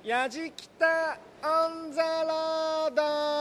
やじきたオンザロー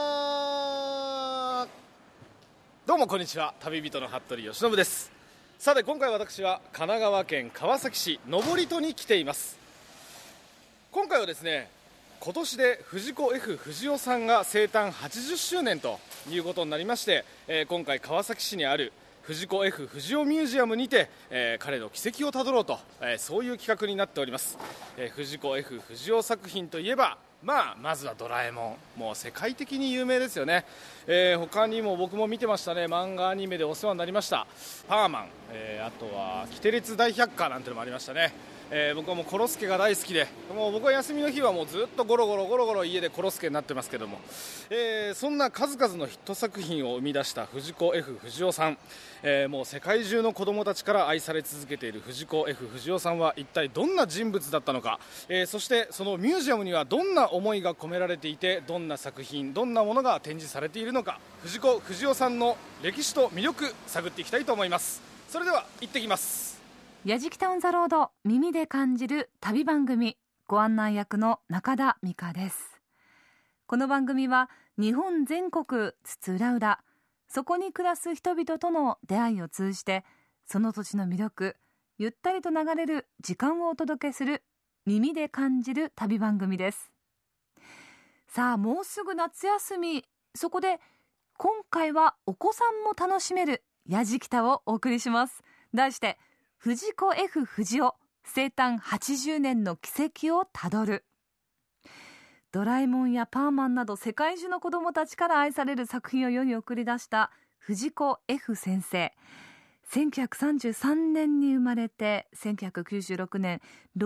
ド。どうもこんにちは、旅人の服部由伸です。さて今回私は神奈川県川崎市登戸に来ています。今回はですね、今年で藤子 F 不二雄さんが生誕80周年ということになりまして、今回川崎市にある藤子 F 不二雄ミュージアムにて、彼の軌跡をたどろうと、そういう企画になっております。藤子 F 不二雄作品といえば、まずはドラえもん、もう世界的に有名ですよね。他にも僕も見てましたね。漫画アニメでお世話になりましたパーマン、あとはキテレツ大百科なんてのもありましたね。僕はもうコロスケが大好きで、もう僕は休みの日はもうずっとゴロゴロ家でコロスケになってますけども、そんな数々のヒット作品を生み出した藤子 F 不二雄さん、もう世界中の子供たちから愛され続けている藤子 F 不二雄さんは一体どんな人物だったのか、そしてそのミュージアムにはどんな思いが込められていて、どんな作品、どんなものが展示されているのか、藤子不二雄さんの歴史と魅力探っていきたいと思います。それでは行ってきます。 やじきたオンザロード、耳で感じる旅番組、ご案内役の中田美香です。この番組は日本全国津々浦々、そこに暮らす人々との出会いを通じて、その土地の魅力、ゆったりと流れる時間をお届けする耳で感じる旅番組です。さあ、もうすぐ夏休み、そこで今回はお子さんも楽しめるやじきたをお送りします。題して藤子 F 不二雄生誕80年の軌跡をたどる。ドラえもんやパーマンなど世界中の子どもたちから愛される作品を世に送り出した藤子 F 先生、1933年に生まれて1996年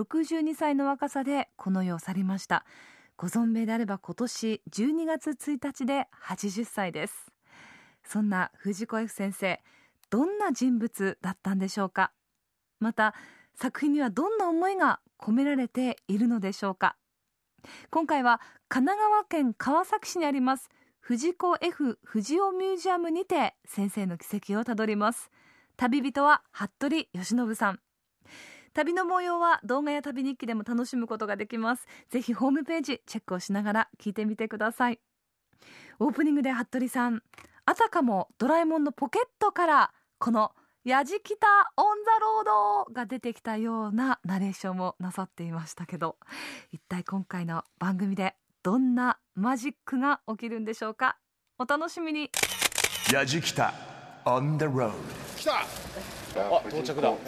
62歳の若さでこの世を去りました。ご存命であれば今年12月1日で80歳です。そんな藤子 F 先生、どんな人物だったんでしょうか。また作品にはどんな思いが込められているのでしょうか。今回は神奈川県川崎市にあります藤子 F 不二雄ミュージアムにて先生の軌跡をたどります。旅人は服部由伸さん。旅の模様は動画や旅日記でも楽しむことができます。ぜひホームページチェックをしながら聞いてみてください。オープニングで服部さん、あたかもドラえもんのポケットからこのやじきたオンザロードが出てきたようなナレーションをなさっていましたけど、一体今回の番組でどんなマジックが起きるんでしょうか。お楽しみに。 やじきたオンザロード。 来た。到着だ。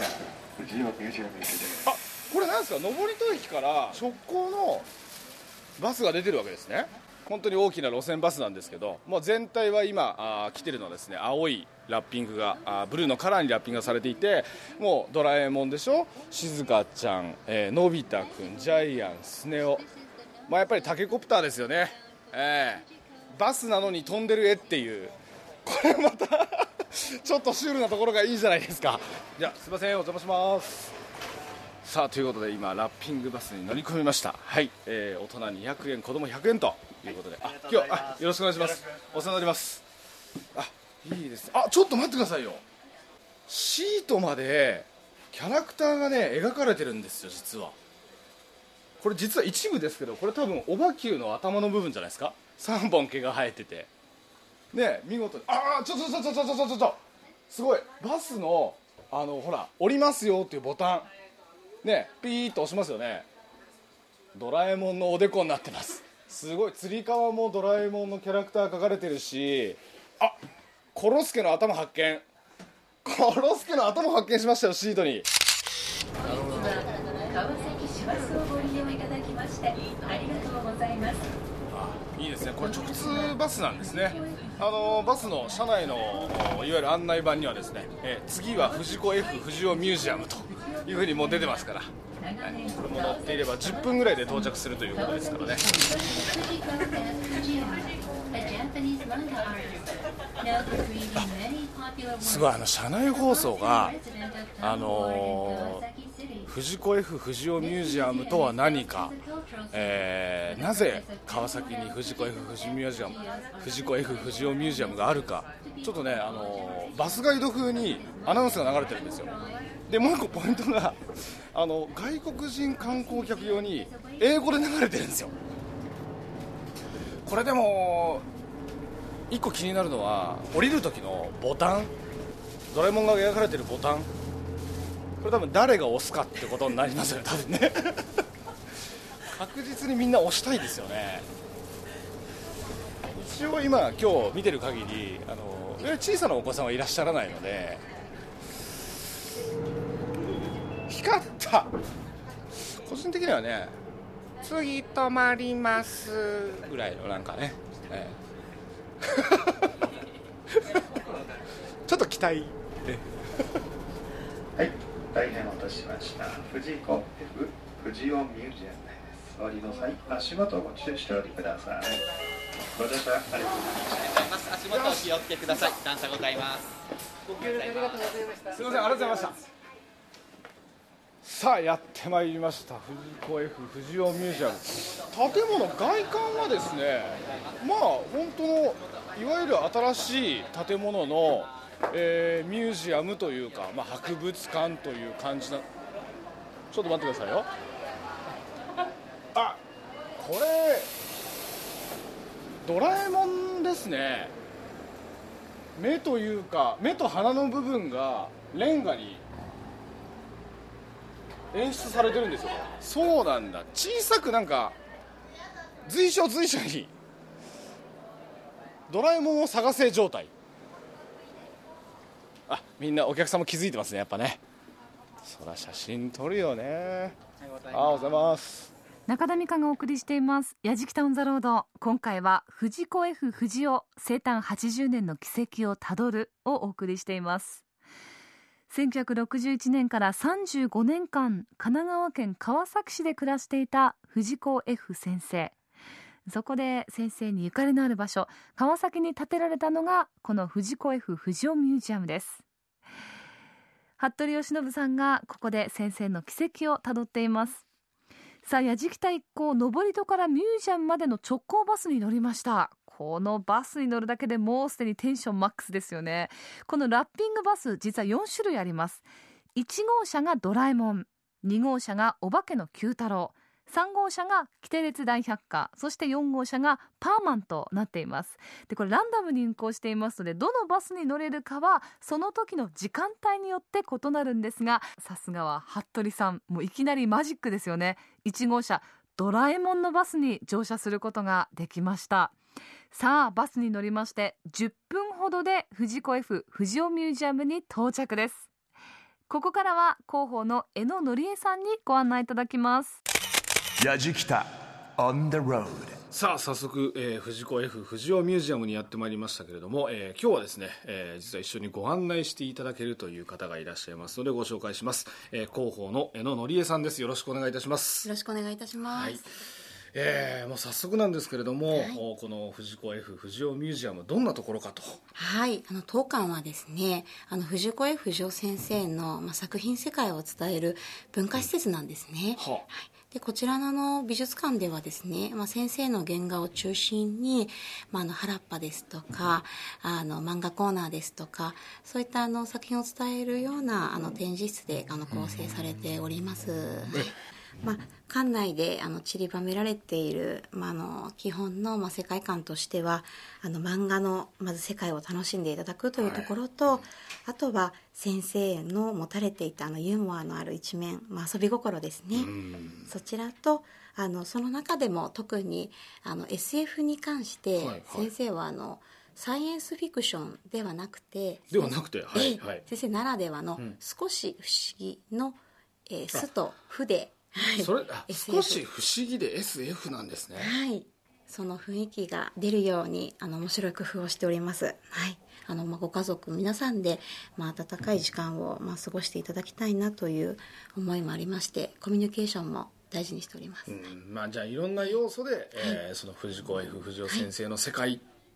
これなんですか、登戸駅から直行のバスが出てるわけですね。本当に大きな路線バスなんですけど、もう全体は今来てるのはですね、青いラッピングがブルーのカラーにラッピングがされていて、もうドラえもんでしょ、しずかちゃん、のび太くん、ジャイアン、スネ夫、やっぱりタケコプターですよね。バスなのに飛んでる絵っていう、これまたちょっとシュールなところがいいじゃないですか。じゃあすいません、お邪魔します。さあということで今ラッピングバスに乗り込みました。はい、大人200円子供100円ということで、今日よろしくお願いします。お世話になります。いいです。ちょっと待ってくださいよ。シートまでキャラクターがね描かれてるんですよ。実はこれ実は一部ですけど、これ多分オバ Q の頭の部分じゃないですか。3本毛が生えててね、見事にちょすごい。バスのほら降りますよっていうボタンね、ピーッと押しますよね。ドラえもんのおでこになってます。すごい。つり革もドラえもんのキャラクター描かれてるし、コロスケの頭発見。コロスケの頭発見しましたよ、シートに。 川崎市バスをご利用いただきましてありがとうございます。 いいですね。これ直通バスなんですね。バスの車内のいわゆる案内板にはですね、次は藤子 F 不二雄ミュージアムというふうにもう出てますから、これも乗っていれば10分ぐらいで到着するということですからね。すごい。車内放送が藤子 F 不二雄ミュージアムとは何か、なぜ川崎に藤子 F 不二雄ミュージアム、藤子 F 不二雄ミュージアムがあるか、ちょっとね、バスガイド風にアナウンスが流れてるんですよ。でもう一個ポイントが外国人観光客用に英語で流れてるんですよ。これでも一個気になるのは、降りる時のボタン、ドラえもんが描かれてるボタン、これ多分誰が押すかってことになりますよね、多分ね確実にみんな押したいですよね。一応今日見てる限り小さなお子さんはいらっしゃらないので、光った、個人的にはね、次止まりますぐらいのなんかね、ちょっと期待はい、大変お待たせしました。藤子 F 不二雄ミュージアムです。お降りの際、足元をご注意しておりください。ご乗車ありがとうございます。 足元お気をつけください。段差ございます。 ご協力ありがとうございました。すみません、ありがとうございました。さあやってまいりました、藤子 F 不二雄ミュージアム。建物外観はですね、まあ本当のいわゆる新しい建物の、ミュージアムというか、博物館という感じな。ちょっと待ってくださいよ。あ、これドラえもんですね。目というか、目と鼻の部分がレンガに演出されてるんですよ。そうなんだ、小さくなんか随所随所にドラえもんを探せ状態。あ、みんなお客さんも気づいてますね、やっぱね。そら写真撮るよね。おはようございます。 中田美香がお送りしていますやじきたオンザロード。今回は藤子 F 不二雄生誕80年の軌跡をたどるをお送りしています。1961年から35年間神奈川県川崎市で暮らしていた藤子 F 先生。そこで先生にゆかりのある場所、川崎に建てられたのがこの藤子 F 不二雄ミュージアムです。服部義信さんがここで先生の軌跡をたどっています。さあ、やじきた一行、登戸からミュージアムまでの直行バスに乗りました。このバスに乗るだけでもうすでにテンションマックスですよね。このラッピングバス、実は4種類あります。1号車がドラえもん、2号車がお化けの Q 太郎、3号車がキテレツ大百科、そして4号車がパーマンとなっています。で、これランダムに運行していますので、どのバスに乗れるかはその時の時間帯によって異なるんですが、さすがは服部さん、もういきなりマジックですよね。1号車ドラえもんのバスに乗車することができました。さあ、バスに乗りまして10分ほどで藤子 F 不二雄ミュージアムに到着です。ここからは広報の江野則恵さんにご案内いただきます。 やじきた on the road。 さあ早速、藤子 F 不二雄ミュージアムにやってまいりましたけれども、今日はですね、実は一緒にご案内していただけるという方がいらっしゃいますのでご紹介します。広報の江野則恵さんです。よろしくお願いいたします。 よろしくお願いいたします。 はい、もう早速なんですけれども、この藤子 F 不二雄ミュージアム、どんなところかと。 はい、当館はですね、藤子 F 不二雄先生の、作品世界を伝える文化施設なんですね。はい、でこちらの美術館ではですね、先生の原画を中心に、原っぱですとか漫画コーナーですとか、そういった作品を伝えるような展示室で構成されております。館内で散りばめられている、基本の世界観としては漫画のまず世界を楽しんでいただくというところと、あとは先生の持たれていたユーモアのある一面、遊び心ですね。そちらとその中でも特にSF に関して先生はサイエンスフィクションではなくて、先生ならではの少し不思議の、すとふで、 それ少し不思議で SF なんですね。 はい、その雰囲気が出るように面白い工夫をしております。はい、ご家族皆さんで、温かい時間を、過ごしていただきたいなという思いもありまして、コミュニケーションも大事にしております。 じゃあいろんな要素で、その藤子 F 不二雄先生の世界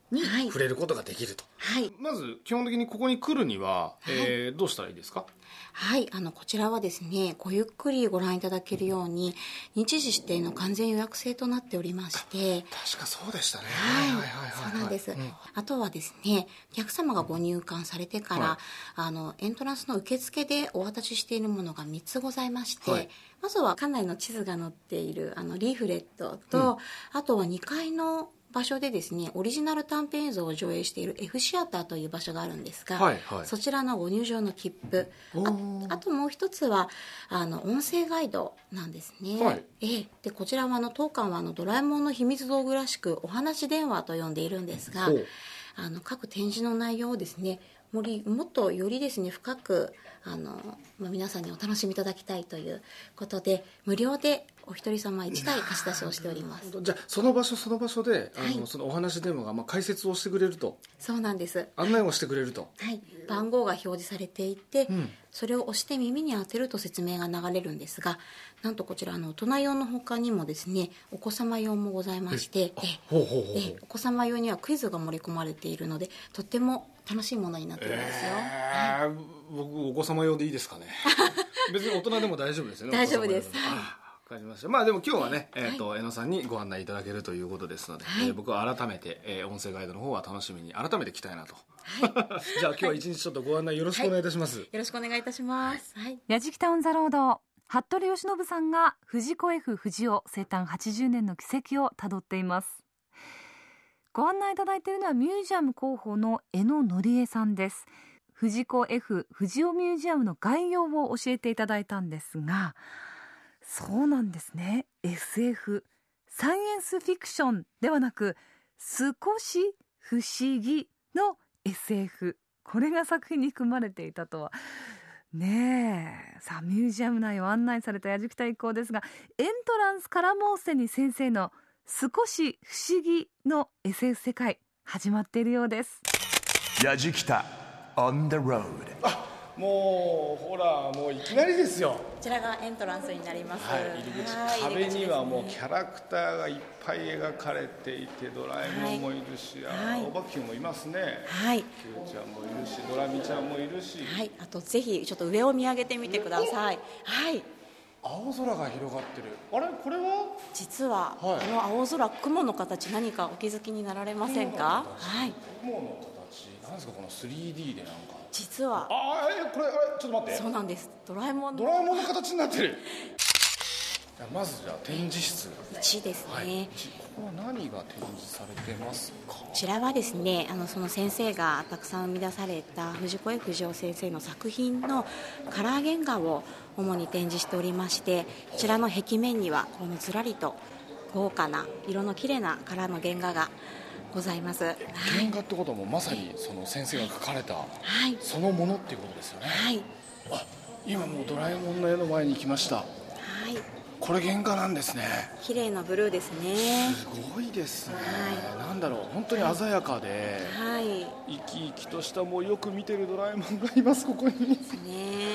に触れることができると、 はい、 まず基本的にここに来るには、どうしたらいいですか？ はい、こちらはですね、ごゆっくりご覧いただけるように日時指定の完全予約制となっておりまして、 確かそうでしたね。 そうなんです、あとはですね、お客様がご入館されてから、エントランスの受付でお渡ししているものが3つございまして、まずは館内の地図が載っているリーフレットと、あとは2階の場所でですね、オリジナル短編映像を上映している F シアターという場所があるんですが、そちらのご入場の切符、あともう一つは音声ガイドなんですね。でこちらは当館はドラえもんの秘密道具らしくお話電話と呼んでいるんですが、各展示の内容をですね、もっとよりですね深く皆さんにお楽しみいただきたいということで、無料でお一人様1台貸し出しをしております。 じゃあその場所でそのお話電話が解説をしてくれると。 そうなんです。 案内をしてくれると。 番号が表示されていて、それを押して耳に当てると説明が流れるんですが、なんとこちら大人用の他にもですね、お子様用もございまして、お子様用にはクイズが盛り込まれているので、とっても楽しいものになっているんですよ。 僕お子様用でいいですかね？別に大人でも大丈夫ですよね？ 大丈夫です。 わかりました。まあでも今日はね、江野さんにご案内いただけるということですので、僕は改めて、音声ガイドの方は楽しみに改めて来たいなと。じゃあ今日は一日ちょっとご案内よろしくお願いいたします。 よろしくお願いいたします。 やじきたオンザロード、服部義信さんが藤子 F 不二雄生誕80年の軌跡をたどっています。ご案内いただいているのはミュージアム広報の江野則恵さんです。藤子 F 不二雄ミュージアムの概要を教えていただいたんですが、そうなんですね。 SF サイエンスフィクションではなく、少し不思議の SF、 これが作品に含まれていたとはねえ。さあミュージアム内を案内されたやじきた一行ですが、エントランスからもすでに先生の少し不思議の SF 世界始まっているようです。 やじきた on the road。 もうほら、もういきなりですよ。こちらがエントランスになります。 入り口、壁にはもうキャラクターがいっぱい描かれていて、ドラえもんもいるし、おばきゅうもいますね。キューちゃんもいるし、ドラミちゃんもいるし、 あとぜひちょっと上を見上げてみてください。 青空が広がってる。あれ、これは実は、青空、雲の形、何かお気づきになられませんか？ 雲の形、なんですかこの 3D でなんか。 実はこれちょっと待って。 そうなんです。ドラえもんの形になってる。まずじゃあ展示室 1ですね。 ここは何が展示されてますか？ こちらはですね、その先生がたくさん生み出された藤子 F 不二雄先生の作品のカラー原画を主に展示しておりまして、こちらの壁面にはこのずらりと豪華な色のきれいなカラーの原画がございます。 原画ってことはもうまさにその先生が描かれた、そのものっていうことですよね。今もうドラえもんの絵の前に来ました。これ原画なんですね。 綺麗なブルーですね。 すごいですね。なんだろう、本当に鮮やかで、生き生きとした、もうよく見てるドラえもんがいます。ここにですね。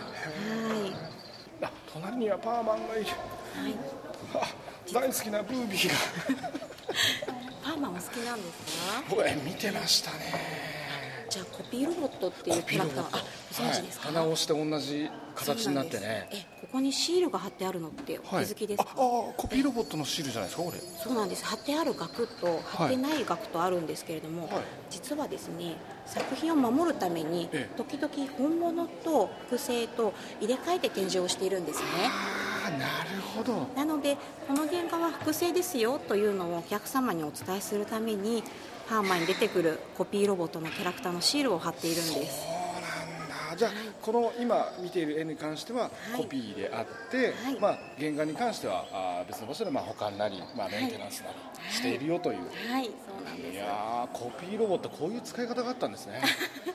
隣にはパーマンがいる。大好きなブービーがパーマンお好きなんですか？ これ見てましたね。 じゃあコピーロボットっていうキャラクター、ご存知ですか？ 鼻をして同じ形になってね。 ここにシールが貼ってあるのってお気づきですか？ コピーロボットのシールじゃないですかこれ。 そうなんです。貼ってある額と貼ってない額とあるんですけれども、実はですね、作品を守るために時々本物と複製と入れ替えて展示をしているんですね。 なるほど。 なのでこの原画は複製ですよというのをお客様にお伝えするために、パーマに出てくるコピーロボットのキャラクターのシールを貼っているんです。 そうなんだ。じゃあ、この今見ている絵に関してはコピーであって、原画に関しては別の場所で保管なり、メンテナンスなりしているよという。 そうなんです。 いやー、コピーロボットこういう使い方があったんですね。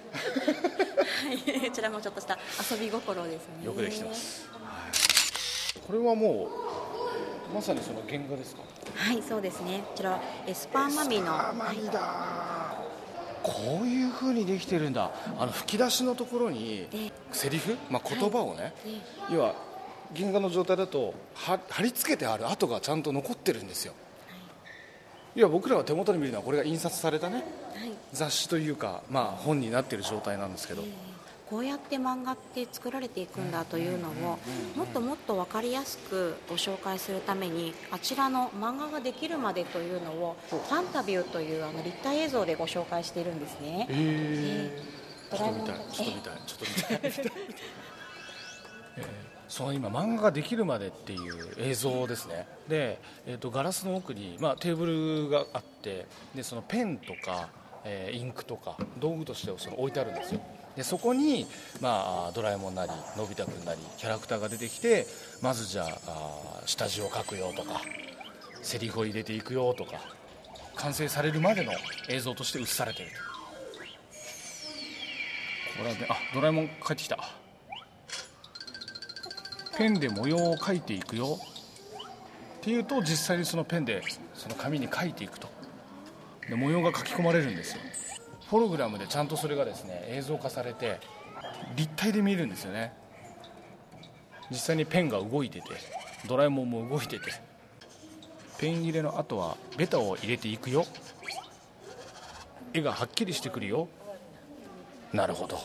こちらもちょっとした遊び心ですね。 よくできてます。これはもうまさにその原画ですか？ そうですね。こちらはエスパーマミの。 こういう風にできてるんだ。吹き出しのところにセリフ、言葉をね、要は原画の状態だと貼り付けてある跡がちゃんと残ってるんですよ。 いや僕らが手元に見るのはこれが印刷されたね、 はい、 雑誌というか、本になっている状態なんですけど、 こうやって漫画って作られていくんだというのをもっともっと分かりやすくご紹介するために、あちらの漫画ができるまでというのをファンタビューという立体映像でご紹介しているんですね。 ちょっと見たいその今漫画ができるまでっていう映像ですね。で、ガラスの奥に、テーブルがあって、でそのペンとか、インクとか道具としてその置いてあるんですよ。でそこに、ドラえもんなりのび太くんなりキャラクターが出てきて、まずじゃあ下地を描くよとかセリフを入れていくよとか、完成されるまでの映像として映されている。これはね、ドラえもん帰ってきた。ペンで模様を描いていくよっていうと、実際にそのペンでその紙に描いていくと、で模様が書き込まれるんですよ。ホログラムでちゃんとそれがですね映像化されて立体で見えるんですよね。実際にペンが動いてて、ドラえもんも動いてて、ペン入れの後はベタを入れていくよ、絵がはっきりしてくるよ。なるほど、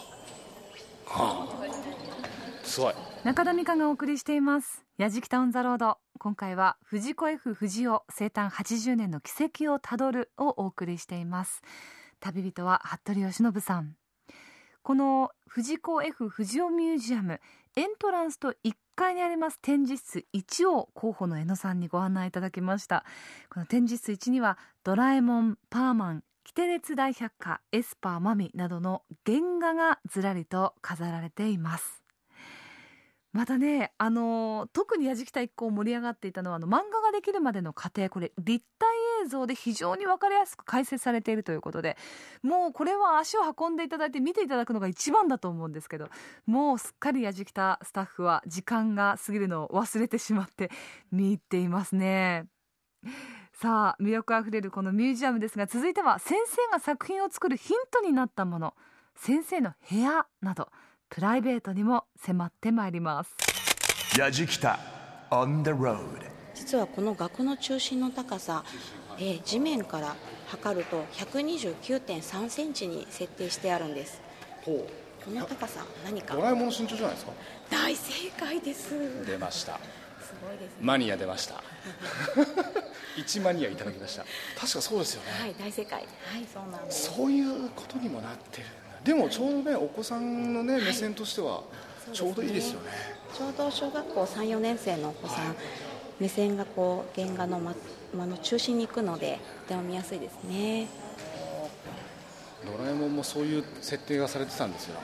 すごい。 中田美香がお送りしていますやじきたオンザロード。今回は藤子 F 不二雄生誕80年の軌跡をたどるをお送りしています。旅人は服部義信さん。この藤子 F 不二雄ミュージアム、エントランスと1階にあります展示室1を広報の江野さんにご案内いただきました。この展示室1にはドラえもん、パーマン、キテレツ大百科、エスパーマミなどの原画がずらりと飾られています。またね、特にやじきた一行盛り上がっていたのは漫画ができるまでの過程、これ立体映像で非常に分かりやすく解説されているということで、もうこれは足を運んでいただいて見ていただくのが一番だと思うんですけど、もうすっかりやじきたスタッフは時間が過ぎるのを忘れてしまって見入っていますね。さあ、魅力あふれるこのミュージアムですが、続いては先生が作品を作るヒントになったもの、先生の部屋などプライベートにも迫ってまいります。 やじきた on the road。 実はこの額の中心の高さ、地面から測ると 129.3 センチに設定してあるんです。この高さ何か。 ドラえもんの身長じゃないですか。 大正解です。 出ました。 すごいですね。 マニア出ました1マニアいただきました。確かそうですよね。 はい、大正解。はい、そうなんです。 そういうことにもなってるんだ。でもちょうどね、お子さんのね、目線としてはちょうどいいですよね。 ちょうど小学校 3,4 年生のお子さん、目線がこう原画の間の中心に行くのでとても見やすいですね。 ドラえもんもそういう設定がされてたんですよ。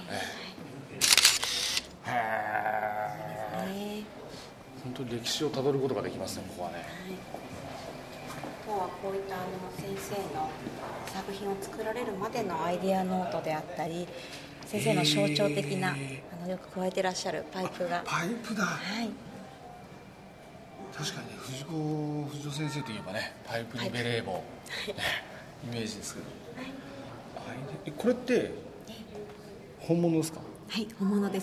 本当に歴史をたどることができますね、ここはね。 今日はこういった先生の作品を作られるまでのアイデアノートであったり、先生の象徴的なよく加えてらっしゃるパイプが。 パイプだ。 はい。 確かにね、藤子先生といえばね、パイプにベレー帽、イメージですけど、これって本物ですか？ はい、本物です。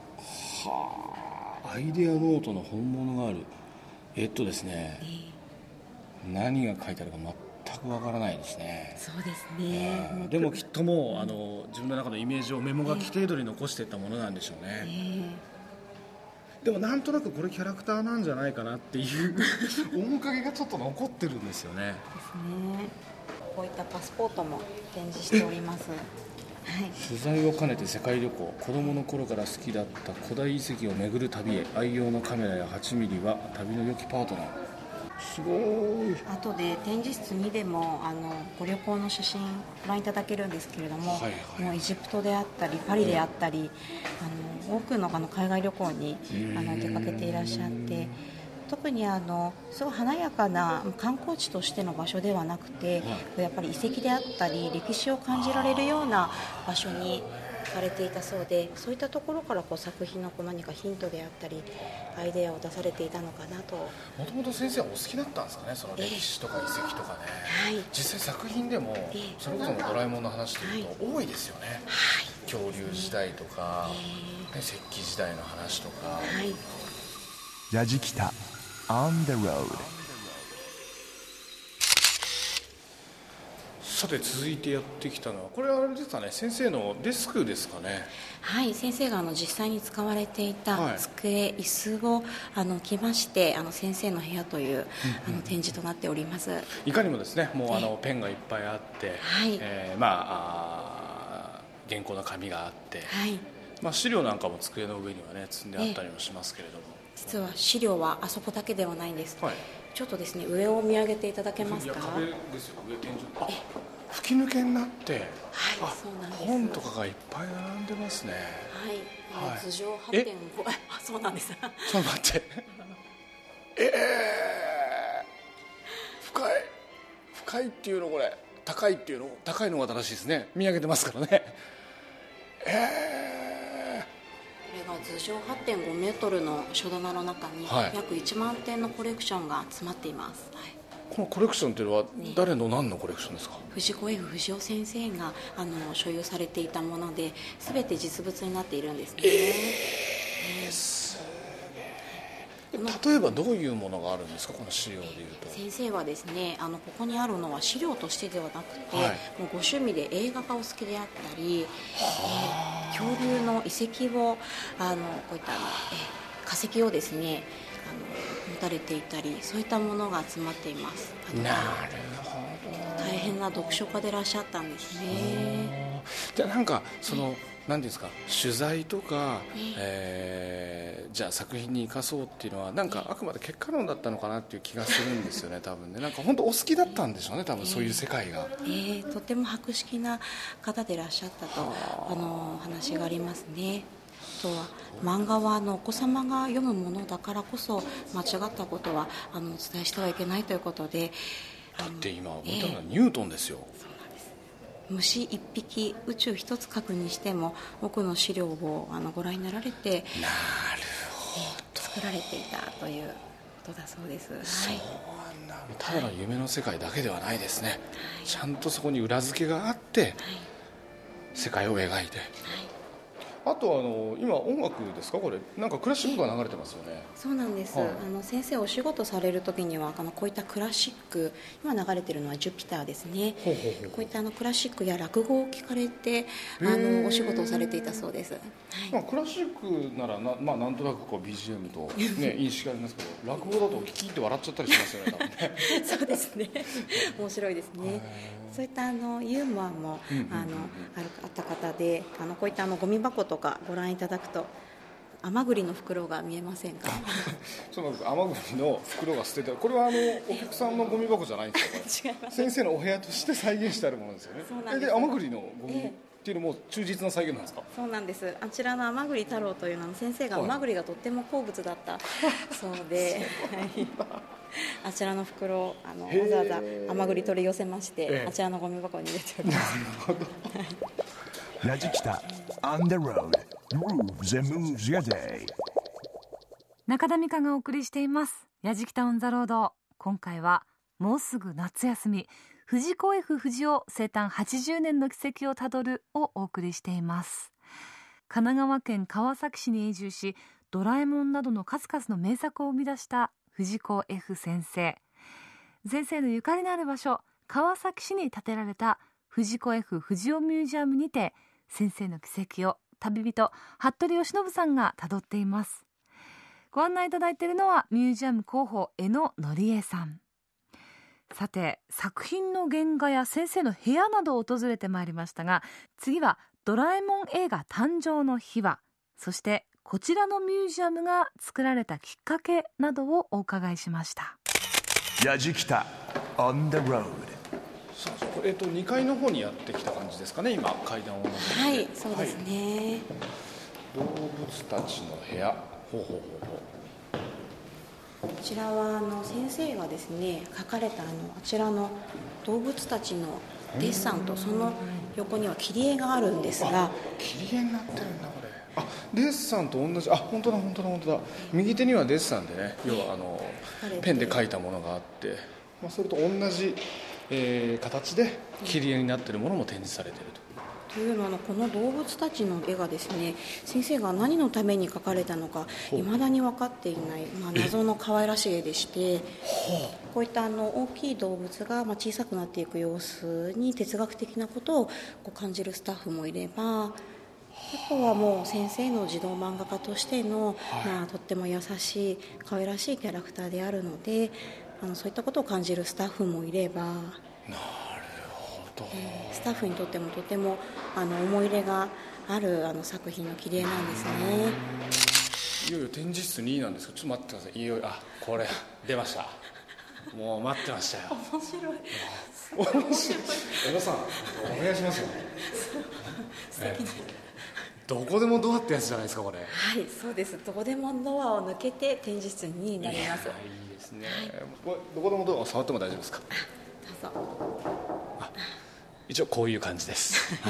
はあ、アイデアノートの本物がある。ですね、何が書いてあるか全くわからないですね。 そうですね。 でもきっともう自分の中のイメージをメモ書き程度に残していったものなんでしょうね。でもなんとなくこれキャラクターなんじゃないかなっていう面影がちょっと残ってるんですよね。 ですね。こういったパスポートも展示しております。はい、 取材を兼ねて世界旅行、子供の頃から好きだった古代遺跡を巡る旅へ、愛用のカメラや8ミリは旅の良きパートナー。すごい。 後で展示室にでもご旅行の写真ご覧いただけるんですけれども、もうエジプトであったりパリであったり、多くの海外旅行に出かけていらっしゃって、特にすごい華やかな観光地としての場所ではなくて、やっぱり遺跡であったり歴史を感じられるような場所に行かれていたそうで、そういったところから作品の何かヒントであったりアイデアを出されていたのかなと。 もともと先生はお好きだったんですかね、その歴史とか遺跡とかね。実際作品でもそれこそドラえもんの話というと多いですよね。恐竜時代とか、石器時代の話とか。 やじきた on the road。 さて続いてやってきたのは、これはあれですかね、先生のデスクですかね。 はい、先生が実際に使われていた机、椅子を置きまして、先生の部屋という展示となっております。 いかにもですね、もうペンがいっぱいあって、 はい、 原稿の紙があって、 はい、 資料なんかも机の上にはね積んであったりもしますけれども、 実は資料はあそこだけではないんです、 はい、 ちょっとですね、上を見上げていただけますか。 壁ですよ、上天井。吹き抜けになって、 はい、そうなんです。 本とかがいっぱい並んでますね。 はい、頭上 8.5 そうなんです。 ちょっと待って深いっていうの、これ高いっていうの、高いのが正しいですね。見上げてますからね。これが頭上 8.5 メートルの書棚の中に約1万点のコレクションが詰まっています、はい。 このコレクションというのは誰の何のコレクションですか。 藤子 F 不二雄先生が所有されていたもので、全て実物になっているんですね。 すげえ。例えばどういうものがあるんですか、この資料でいうと。 先生はですね、ここにあるのは資料としてではなくて、もうご趣味で映画がお好きであったり、恐竜の遺跡をこういった化石をですね持たれていたり、そういったものが集まっています。 なるほど。 大変な読書家でいらっしゃったんですね。 じゃあなんか何ですか、取材とか、じゃあ作品に生かそうっていうのはなんかあくまで結果論だったのかなっていう気がするんですよね、多分ね。なんか本当お好きだったんでしょうね、多分そういう世界が。 とても博識な方でいらっしゃったとお話がありますね。あとは漫画はお子様が読むものだからこそ間違ったことはお伝えしてはいけないということで、 だって今思ったのはニュートンですよ。 虫一匹、宇宙一つ書くにしても多くの資料をご覧になられて、 なるほど、 作られていたということだそうです。 そうなんだ。ただの夢の世界だけではないですね、ちゃんとそこに裏付けがあって、世界を描いて、あと今音楽ですか、これなんかクラシックが流れてますよね。 そうなんです、先生お仕事される時にはこういったクラシック、今流れてるのはジュピターですね。こういったクラシックや落語を聞かれてお仕事をされていたそうです。 クラシックならなんとなくBGM と、認識ありますけど、落語だと聞き入って笑っちゃったりしますよね、多分ね。 そうですね、面白いですね。そういったユーモアもあった方で、こういったゴミ箱とかご覧いただくと甘栗の袋が見えませんか。 そうなんです。甘栗の袋が捨ててある。これはお客さんのゴミ箱じゃないんですか。違います。先生のお部屋として再現してあるものですよね。そうなんです。で甘栗のゴミっていうのも忠実な再現なんですか。 そうなんです。あちらの甘栗太郎というのは先生が甘栗がとっても好物だったそうで、あちらの袋をわざわざ甘栗取り寄せまして、あちらのゴミ箱に入れております。 なるほど。 ラジキタ On the road Grooves and moves your day。 中田美香がお送りしていますやじきたオンザロード。今回はもうすぐ夏休み、藤子 F 不二雄生誕80年の軌跡をたどるをお送りしています。神奈川県川崎市に永住し、ドラえもんなどの数々の名作を生み出した藤子 F 先生。先生のゆかりのある場所、川崎市に建てられた藤子 F 不二雄ミュージアムにて、先生の軌跡を旅人服部義信さんがたどっています。ご案内いただいているのはミュージアム広報江野則江さん。さて、作品の原画や先生の部屋などを訪れてまいりましたが、次はドラえもん映画誕生の秘話、そしてこちらのミュージアムが作られたきっかけなどをお伺いしました。 やじきた On the road。 これ2階の方にやってきた感じですかね、今階段を上って。 はい、そうですね、 動物たちの部屋。 こちらは先生がですね描かれたあちらの動物たちのデッサンと、その横には切り絵があるんですが、 切り絵になってるんだこれ。デッサンと同じ。本当だ。右手にはデッサンでね、要はペンで描いたものがあって、それと同じ形で切り絵になっているものも展示されていると。 というのはこの動物たちの絵がですね、先生が何のために描かれたのか未だに分かっていない、謎の可愛らしい絵でして、こういった大きい動物が小さくなっていく様子に哲学的なことを感じるスタッフもいれば、あとはもう先生の児童漫画家としての、とっても優しい可愛らしいキャラクターであるので、そういったことを感じるスタッフもいれば、スタッフにとってもとても思い入れがある作品の切り絵なんですね。 いよいよ展示室2なんですけど、ちょっと待ってください。いよいよ、これ出ました。もう待ってましたよ。 面白い。 江戸さん、お願いしますよ。 素敵な、 どこでもドアってやつじゃないですか、これ。 はい、そうです。どこでもドアを抜けて展示室2になります。 いいですね。これどこでもドアを触っても大丈夫ですか？ どうぞ。 一応こういう感じです。はい。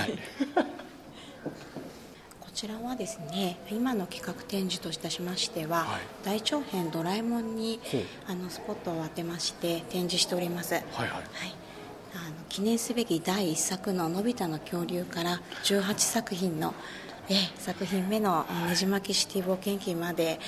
こちらはですね、今の企画展示といたしましては、大長編ドラえもんにスポットを当てまして展示しております。記念すべき第1作ののび太の恐竜から18作品の作品目のねじ巻きシティ冒険記まで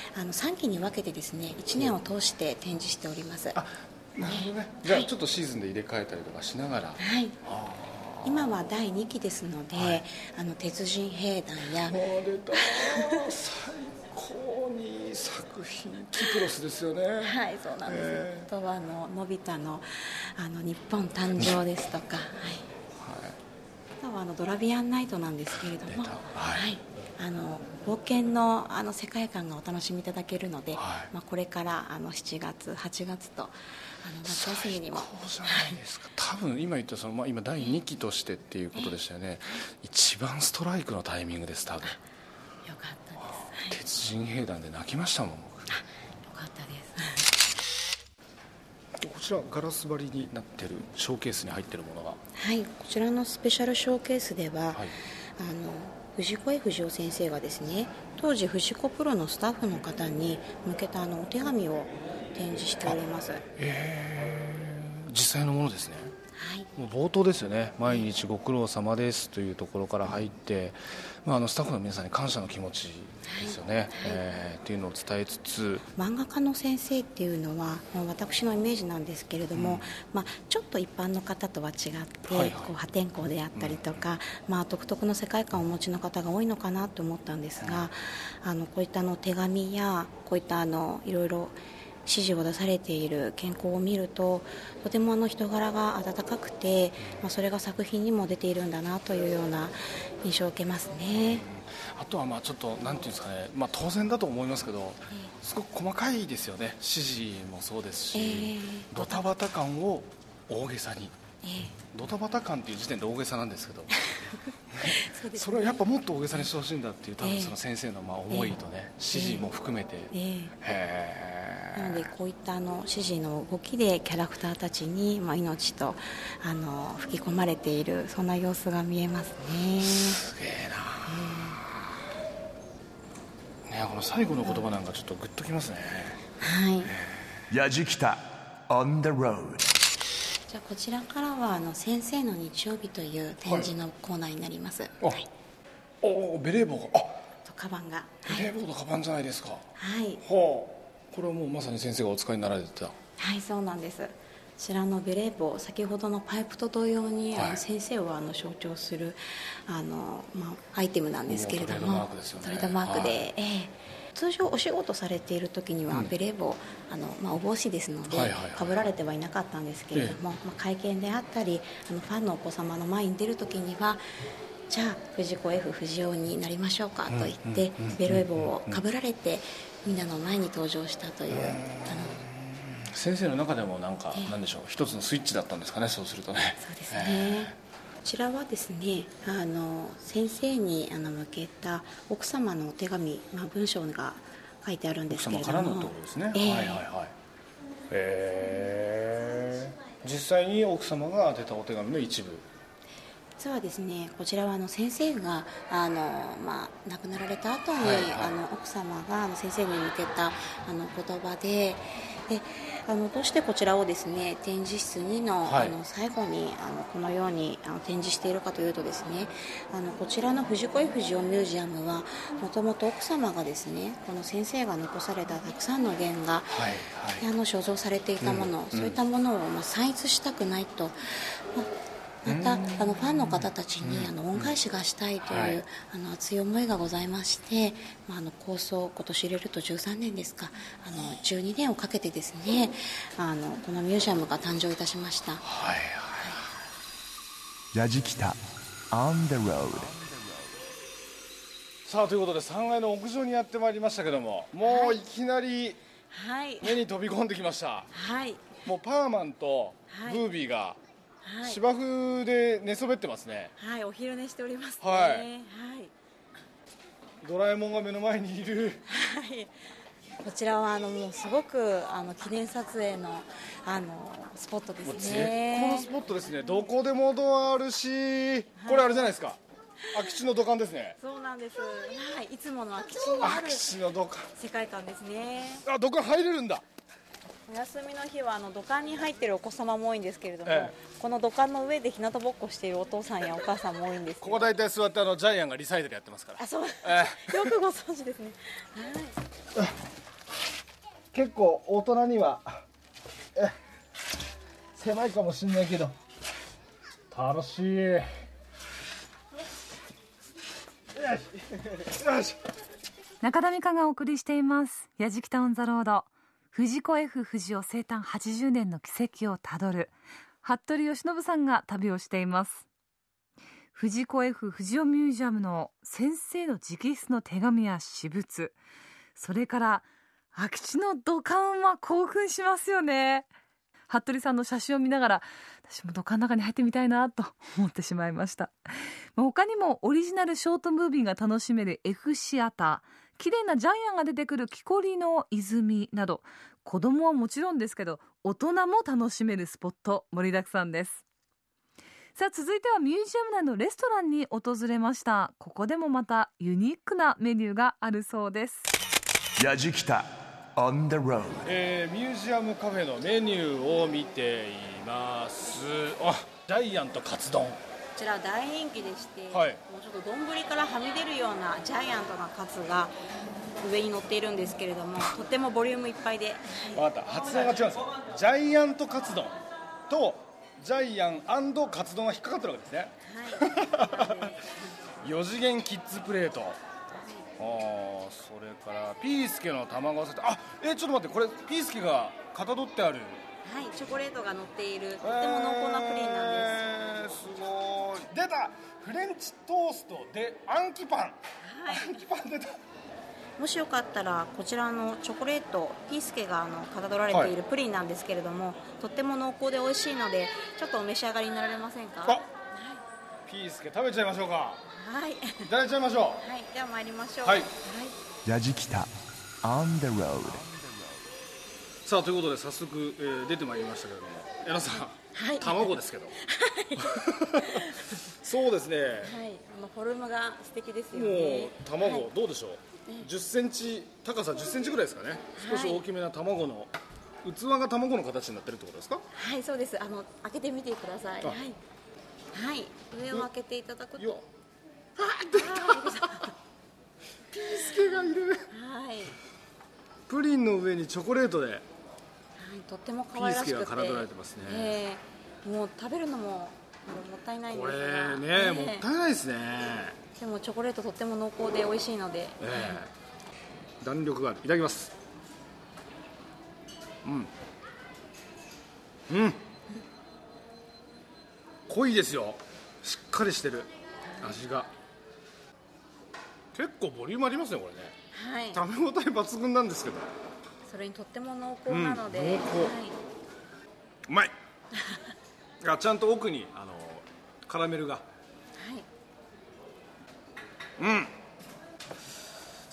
3期に分けてですね、1年を通して展示しております。 なるほどね。じゃあちょっとシーズンで入れ替えたりとかしながら、 今は第2期ですので、鉄人兵団や出た最高に作品キプロスですよね。 はい、そうなんです。あとはのび太の日本誕生ですとか、あとはドラビアンナイトなんですけれども、冒険の世界観がお楽しみいただけるので、これから7月8月と夏休みにも最高じゃないですか。多分今言った今第2期としてっていうことでしたよね。一番ストライクのタイミングです。多分よかったです。 鉄人兵団で泣きましたもん。僕よかったです。 こちらガラス張りになってるショーケースに入ってるものが、 こちらのスペシャルショーケースでは、藤子 F 不二雄先生がですね、当時藤子プロのスタッフの方に向けたお手紙を展示しております。 実際のものですね。もう冒頭ですよね。毎日ご苦労様ですというところから入って、スタッフの皆さんに感謝の気持ちですよね、っていうのを伝えつつ、 漫画家の先生っていうのは私のイメージなんですけれども、ちょっと一般の方とは違って、破天荒であったりとか、独特の世界観をお持ちの方が多いのかなと思ったんですが、こういった手紙やこういったいろいろ指示を出されている原稿を見ると、とても人柄が温かくて、それが作品にも出ているんだなというような印象を受けますね。 あとはちょっとなんていうんですかね、当然だと思いますけど、すごく細かいですよね。指示もそうですし、ドタバタ感を大げさに、ドタバタ感っていう時点で大げさなんですけどそれをやっぱもっと大げさにしてほしいんだっていう、多分その先生の思いとね、指示も含めて、なのでこういった指示の動きでキャラクターたちに命と吹き込まれている、そんな様子が見えますね。 すげえな、この最後の言葉なんかちょっとグッときますね。 やじきた on the road。 じゃあこちらからは先生の日曜日という展示のコーナーになります。 ベレー帽がカバンがベレー帽とカバンじゃないですか。 これはもうまさに先生がお使いになられてた。 そうなんです。こちらのベレー帽、先ほどのパイプと同様に、先生を象徴するアイテムなんですけれども、 トレードマークですよね。 トレードマークで、通常お仕事されている時にはベレー帽、お帽子ですのでかぶられてはいなかったんですけれども、会見であったりファンのお子様の前に出る時には、じゃあ藤子 F 不二雄になりましょうかと言って、ベレー帽をかぶられてみんなの前に登場したという、 先生の中でもなんでしょう、一つのスイッチだったんですかね。そうするとね。 そうですね。こちらはですね、先生に向けた奥様のお手紙、文章が書いてあるんですけれども、 奥様からのところですね。実際に奥様が当てたお手紙の一部。 実はですね、こちらは先生が亡くなられた後に、奥様が先生に向けた言葉で、 どうしてこちらをですね展示室2の、 はい最後にこのように展示しているかというとですねこちらの藤子 F 不二雄ミュージアムはもともと奥様がですねこの先生が残されたたくさんの原画、 はいで所蔵されていたもの、そういったものを散逸したくないと、またファンの方たちに恩返しがしたいという、 はい、 熱い思いがございまして、構想今年入れると13年ですか12年をかけてですねこのミュージアムが誕生いたしました。 はいはい。 ラジキタ On the road。 さあということで3階の屋上にやってまいりましたけども、もういきなりはい目に飛び込んできました、 はい、 もうパーマンとブービーがはい、 芝生で寝そべってますね。 はい、お昼寝しておりますね。 はいはい、 ドラえもんが目の前にいる。 はい、こちらはもうすごく記念撮影のスポットですね。 絶好のスポットですね。どこでもドアあるし、これあれじゃないですか、空き地の土管ですね。 そうなんです、はい、いつもの空き地にある空き地の土管、 世界観ですね。 あ、土管入れるんだ。 お休みの日は土管に入っているお子様も多いんですけれども、この土管の上で日向ぼっこしているお父さんやお母さんも多いんです。 ここ大体座ってジャイアンがリサイタルやってますから。 あ、そう、よくご存知ですね。はい、 結構大人には狭いかもしれないけど楽しい。よし。 中田美香がお送りしていますやじきたオンザロード。藤子 F 不二雄生誕80年の軌跡をたどる服部義信さんが旅をしています。藤子 F 不二雄ミュージアムの先生の直筆の手紙や私物、それから空き地の土管は興奮しますよね。服部さんの写真を見ながら私も土管の中に入ってみたいなと思ってしまいました。他にもオリジナルショートムービーが楽しめる F シアター、綺麗なジャイアンが出てくる木こりの泉など、子供はもちろんですけど大人も楽しめるスポット盛りだくさんです。さあ続いてはミュージアム内のレストランに訪れました。ここでもまたユニークなメニューがあるそうです。 やじきた On the road。 ミュージアムカフェのメニューを見ています。あ、ジャイアントカツ丼、 こちら大人気でして、 はい、 もうちょっと丼からはみ出るようなジャイアントなカツが上に乗っているんですけれども、とってもボリュームいっぱいで、 分かった、発音が違うんですよ。ジャイアントカツ丼とジャイアン&カツ丼が引っかかってるわけですね。 はい、 4次元キッズプレート、それからピースケの卵サテ、ちょっと待って、これピースケがかたどってある、 はい、チョコレートが乗っているとっても濃厚なプリンなんです。 すごい。出た、フレンチトーストであんきパン、 はい、 あんきパン出た。 もしよかったらこちらのチョコレート、ピースケがかたどられているプリンなんですけれども、とっても濃厚で美味しいのでちょっとお召し上がりになられませんか。 ピースケ食べちゃいましょうか。 はい、 いただいちゃいましょはい、では参りましょう。 はい、 やじきた On the road。 さあということで早速、出てまいりましたけれども、えなさん、 はい、 卵ですけどそうですね、 はい、フォルムが素敵ですよもね。 う卵、 はい、 どうでしょう、10センチ、高さ10センチぐらいですかね、少し大きめな卵の、器が卵の形になってるってことですか。 はい、そうです。開けてみてください。はい、はい、上を開けていただくと、 よ出たピースケがいる。 はい、 プリンの上にチョコレートで、 とっても可愛らしくて、 ピースケが奏でられてますね。 もう食べるのももったいないんこですが、 れね、もったいないですね。 でもチョコレートとっても濃厚で美味しいので、 弾力がある。いただきます。濃いですよ。しっかりしてる味が。結構ボリュームありますねこれね。 はい、 食べ応え抜群なんですけど、 それにとっても濃厚なので、 濃厚、うまいちゃんと奥にカラメルが、さ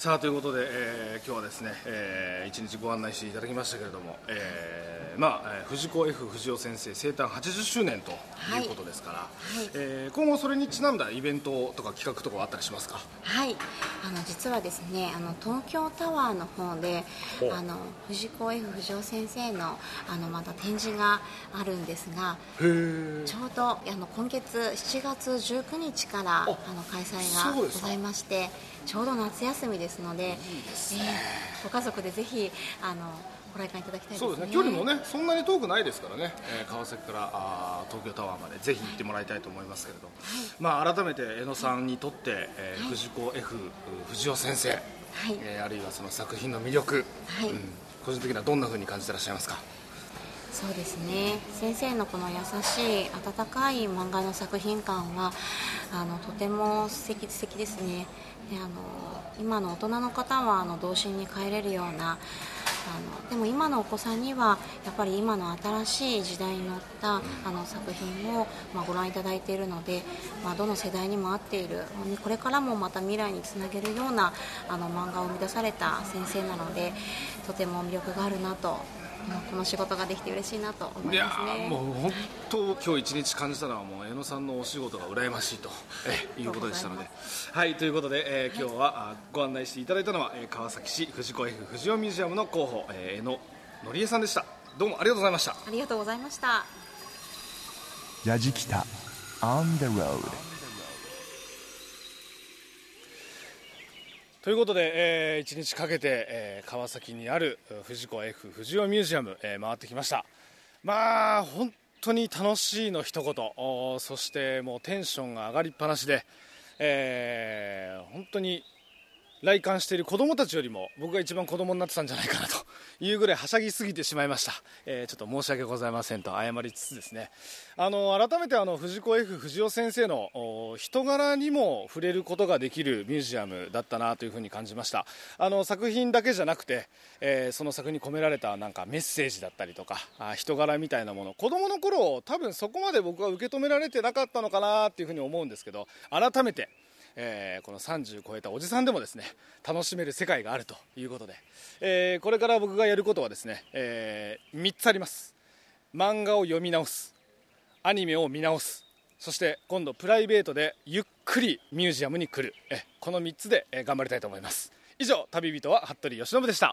さあということで、今日はですね、一日ご案内していただきましたけれども、藤子 F 不二雄先生生誕80周年ということですから、今後それにちなんだイベントとか企画とかあったりしますか？ はい、実はですね、東京タワーの方で藤子 F 不二雄先生のまた展示があるんですが、ちょうど今月7月19日から開催がございまして、ちょうど夏休みですので、ご家族でぜひご来館いただきたいですね。 そうですね、距離もねそんなに遠くないですからね、川崎から東京タワーまでぜひ行ってもらいたいと思いますけれど、改めて江野さんにとって、藤子 F 不二雄先生、あるいはその作品の魅力、個人的にはどんな風に感じてらっしゃいますか？ そうですね、先生のこの優しい温かい漫画の作品感はとても素敵ですね。で今の大人の方は童心に帰れるようなでも今のお子さんにはやっぱり今の新しい時代に乗った作品をご覧いただいているので、どの世代にも合っている、これからもまた未来につなげるような漫画を生み出された先生なので、とても魅力があるなと、この仕事ができて嬉しいなと思いますね。 いやもう本当今日一日感じたのはもう江野さんのお仕事が羨ましいということでしたので、ということで、今日はご案内していただいたのは川崎市藤子 F 不二雄ミュージアムの広報江野典恵さんでした。どうもありがとうございました。 ありがとうございました。 ラジキタ On the Road。 ということで、1日かけて、川崎にある藤子 F 不二雄ミュージアム、回ってきました。本当に楽しいの一言、そしてもうテンションが上がりっぱなしで、本当に来館している子どもたちよりも僕が一番子供になってたんじゃないかなというぐらいはしゃぎすぎてしまいました。ちょっと申し訳ございませんと謝りつつですね、改めて藤子 F 不二雄先生の人柄にも触れることができるミュージアムだったなというふうに感じました。作品だけじゃなくて、その作品に込められたなんかメッセージだったりとか人柄みたいなもの、子供の頃多分そこまで僕は受け止められてなかったのかなというふうに思うんですけど、改めてこの30超えたおじさんでもですね楽しめる世界があるということで、これから僕がやることはですね、3つあります。漫画を読み直す、アニメを見直す、そして今度プライベートでゆっくりミュージアムに来る、この3つで頑張りたいと思います。以上、旅人は服部由伸でした。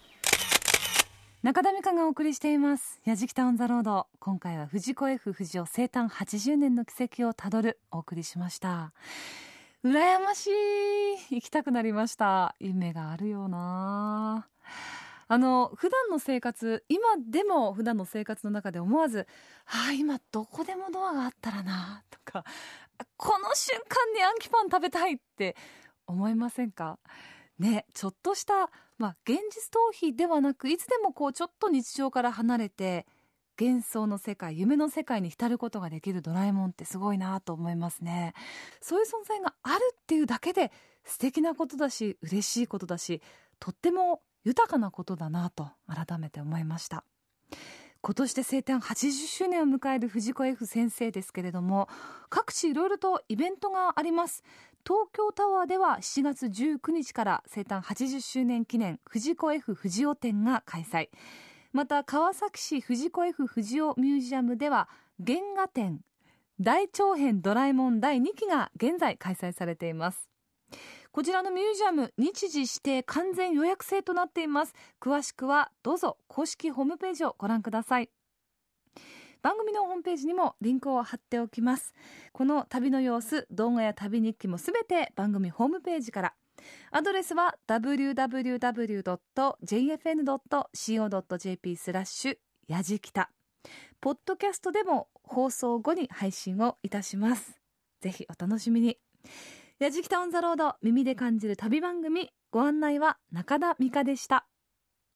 中田美香がお送りしていますやじきたオンザロード。今回は藤子 F 不二雄生誕80年の軌跡をたどるお送りしました。羨ましい、行きたくなりました。夢があるよな。普段の生活、今でも普段の生活の中で思わず今どこでもドアがあったらなとか、この瞬間にアンキパン食べたいって思いませんかね。ちょっとした現実逃避ではなく、いつでもちょっと日常から離れて幻想の世界、夢の世界に浸ることができるドラえもんってすごいなと思いますね。そういう存在があるっていうだけで素敵なことだし、嬉しいことだし、とっても豊かなことだなと改めて思いました。今年で生誕80周年を迎える藤子 F 先生ですけれども、各地いろいろとイベントがあります。東京タワーでは7月19日から生誕80周年記念藤子 F 不二雄展が開催。また川崎市藤子 F 不二雄ミュージアムでは原画展大長編ドラえもん第2期が現在開催されています。こちらのミュージアム、日時指定完全予約制となっています。詳しくはどうぞ公式ホームページをご覧ください。番組のホームページにもリンクを貼っておきます。この旅の様子、動画や旅日記もすべて番組ホームページから。アドレスは www.jfn.co.jp やじきた。ポッドキャストでも放送後に配信をいたします。ぜひお楽しみに。やじきたオンザロード、耳で感じる旅番組、ご案内は中田美香でした。